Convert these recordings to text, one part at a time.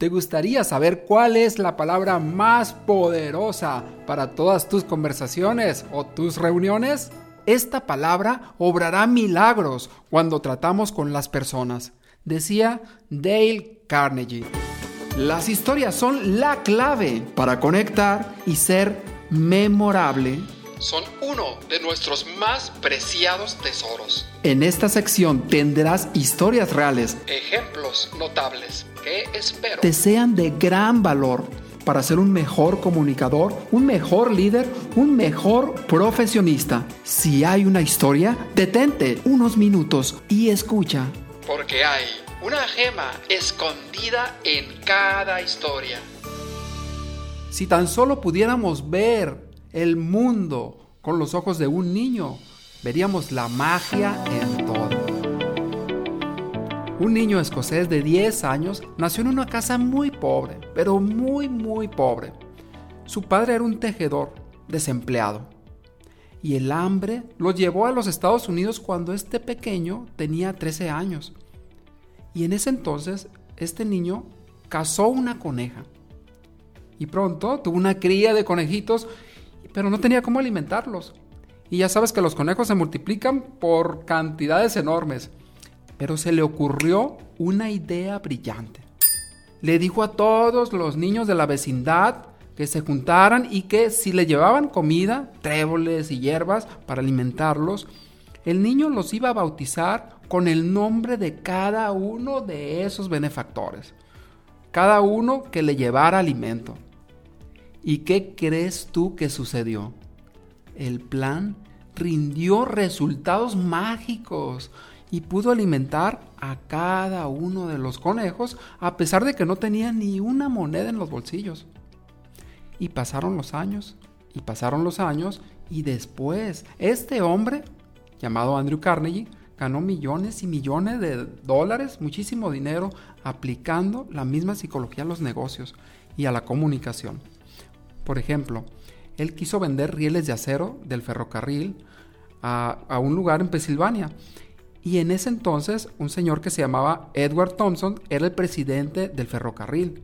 ¿Te gustaría saber cuál es la palabra más poderosa para todas tus conversaciones o tus reuniones? Esta palabra obrará milagros cuando tratamos con las personas, decía Dale Carnegie. Las historias son la clave para conectar y ser memorable. Son uno de nuestros más preciados tesoros. En esta sección tendrás historias reales, Ejemplos notables que espero te sean de gran valor para ser un mejor comunicador, un mejor líder, un mejor profesionista. Si hay una historia, detente unos minutos y escucha. porque hay una gema escondida en cada historia. Si tan solo pudiéramos ver el mundo con los ojos de un niño, veríamos la magia en todo. Un niño escocés de 10 años nació en una casa muy pobre, pero muy pobre. Su padre era un tejedor desempleado. Y el hambre lo llevó a los Estados Unidos cuando este pequeño tenía 13 años. Y en ese entonces, este niño cazó una coneja. Y pronto tuvo una cría de conejitos, pero no tenía cómo alimentarlos. Y ya sabes que los conejos se multiplican por cantidades enormes. Pero se le ocurrió una idea brillante. Le dijo a todos los niños de la vecindad que se juntaran y que si le llevaban comida, tréboles y hierbas para alimentarlos, el niño los iba a bautizar con el nombre de cada uno de esos benefactores. Cada uno que le llevara alimento. ¿Y qué crees tú que sucedió? El plan rindió resultados mágicos y pudo alimentar a cada uno de los conejos a pesar de que no tenía ni una moneda en los bolsillos. Y pasaron los años, y después este hombre, llamado Andrew Carnegie, ganó millones y millones de dólares, muchísimo dinero, aplicando la misma psicología a los negocios y a la comunicación. Por ejemplo, él quiso vender rieles de acero del ferrocarril a un lugar en Pensilvania. Y en ese entonces, un señor que se llamaba Edward Thompson era el presidente del ferrocarril.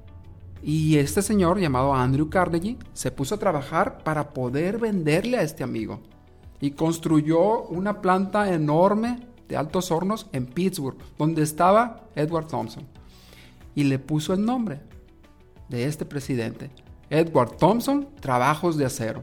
Y este señor, llamado Andrew Carnegie, se puso a trabajar para poder venderle a este amigo. Y construyó una planta enorme de altos hornos en Pittsburgh, donde estaba Edward Thompson. Y le puso el nombre de este presidente: Edward Thompson, Trabajos de Acero.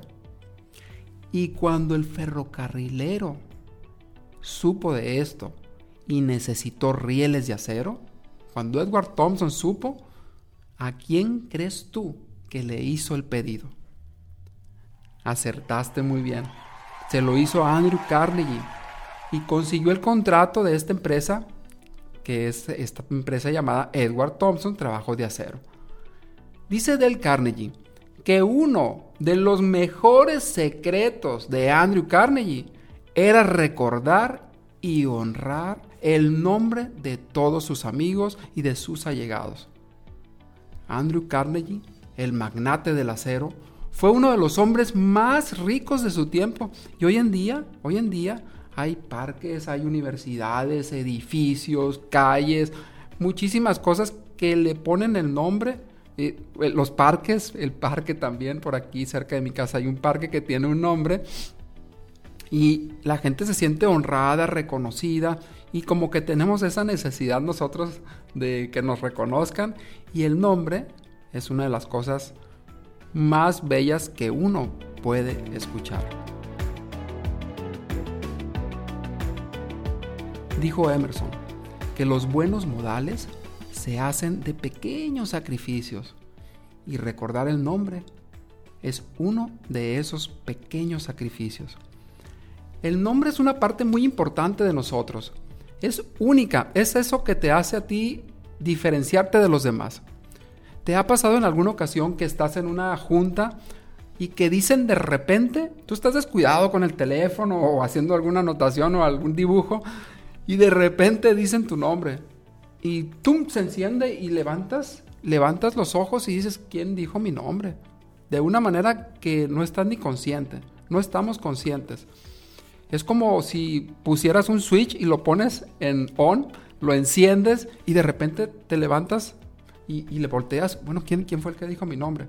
Y cuando el ferrocarrilero supo de esto y necesitó rieles de acero, cuando Edward Thompson supo, ¿a quién crees tú que le hizo el pedido? Acertaste muy bien. Se lo hizo a Andrew Carnegie y consiguió el contrato de esta empresa, que es esta empresa llamada Edward Thompson, Trabajos de Acero. Dice Dale Carnegie que uno de los mejores secretos de Andrew Carnegie era recordar y honrar el nombre de todos sus amigos y de sus allegados. Andrew Carnegie, el magnate del acero, fue uno de los hombres más ricos de su tiempo. Y hoy en día hay parques, hay universidades, edificios, calles, muchísimas cosas que le ponen el nombre. Los parques, el parque también, por aquí cerca de mi casa hay un parque que tiene un nombre. Y la gente se siente honrada, reconocida, y como que tenemos esa necesidad nosotros de que nos reconozcan. Y el nombre es una de las cosas más bellas que uno puede escuchar. Dijo Emerson que los buenos modales se hacen de pequeños sacrificios, y recordar el nombre es uno de esos pequeños sacrificios. El nombre es una parte muy importante de nosotros. Es única, es eso que te hace a ti diferenciarte de los demás. ¿Te ha pasado en alguna ocasión que estás en una junta y que dicen de repente, tú estás descuidado con el teléfono o haciendo alguna anotación o algún dibujo, y de repente dicen tu nombre y ¡tum! Se enciende y levantas los ojos y dices, ¿quién dijo mi nombre? De una manera que no estás ni consciente, no estamos conscientes. Es como si pusieras un switch y lo pones en on, lo enciendes y de repente te levantas y le volteas, bueno, ¿quién fue el que dijo mi nombre?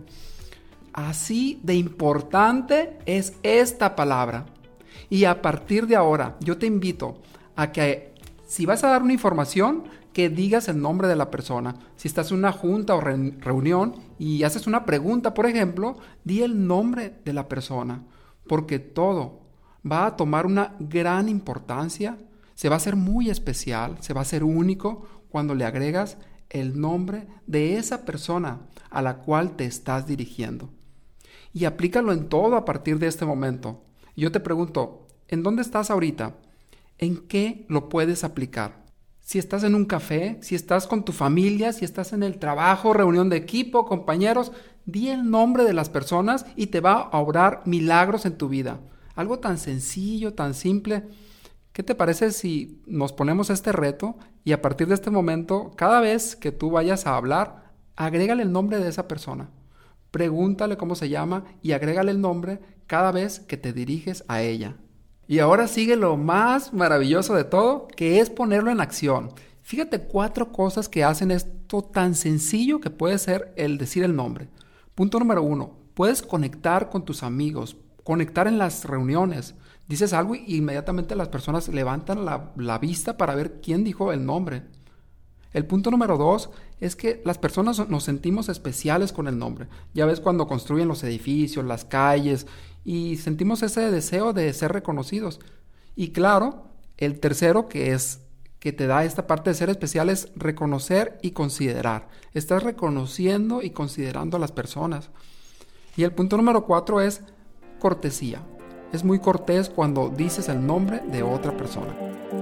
Así de importante es esta palabra. Y a partir de ahora, yo te invito a que si vas a dar una información, que digas el nombre de la persona. Si estás en una junta o reunión y haces una pregunta, por ejemplo, di el nombre de la persona, porque todo va a tomar una gran importancia, se va a hacer muy especial, se va a hacer único cuando le agregas el nombre de esa persona a la cual te estás dirigiendo. Y aplícalo en todo a partir de este momento. Yo te pregunto, ¿en dónde estás ahorita? ¿En qué lo puedes aplicar? Si estás en un café, si estás con tu familia, si estás en el trabajo, reunión de equipo, compañeros, di el nombre de las personas y te va a obrar milagros en tu vida. Algo tan sencillo, tan simple. ¿Qué te parece si nos ponemos este reto y a partir de este momento, cada vez que tú vayas a hablar, agrégale el nombre de esa persona? Pregúntale cómo se llama y agrégale el nombre cada vez que te diriges a ella. Y ahora sigue lo más maravilloso de todo, que es ponerlo en acción. Fíjate 4 cosas que hacen esto tan sencillo que puede ser el decir el nombre. Punto número 1, puedes conectar con tus amigos, conectar en las reuniones. Dices algo y inmediatamente las personas levantan la vista para ver quién dijo el nombre. El punto número 2 es que las personas nos sentimos especiales con el nombre. Ya ves cuando construyen los edificios, las calles, y sentimos ese deseo de ser reconocidos. Y claro, el tercero que te da esta parte de ser especial es reconocer y considerar. Estás reconociendo y considerando a las personas. Y el punto número 4 es cortesía. Es muy cortés cuando dices el nombre de otra persona.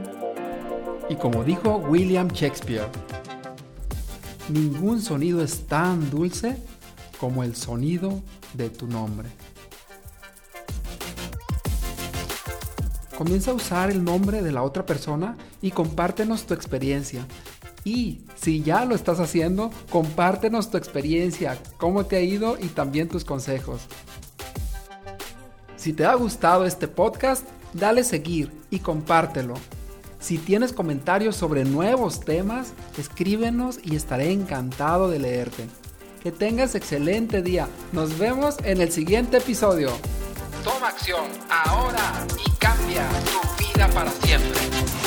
Y como dijo William Shakespeare, ningún sonido es tan dulce como el sonido de tu nombre. Comienza a usar el nombre de la otra persona y compártenos tu experiencia. Y si ya lo estás haciendo, compártenos tu experiencia, cómo te ha ido y también tus consejos. Si te ha gustado este podcast, dale seguir y compártelo. Si tienes comentarios sobre nuevos temas, escríbenos y estaré encantado de leerte. Que tengas excelente día. Nos vemos en el siguiente episodio. Toma acción ahora y cambia tu vida para siempre.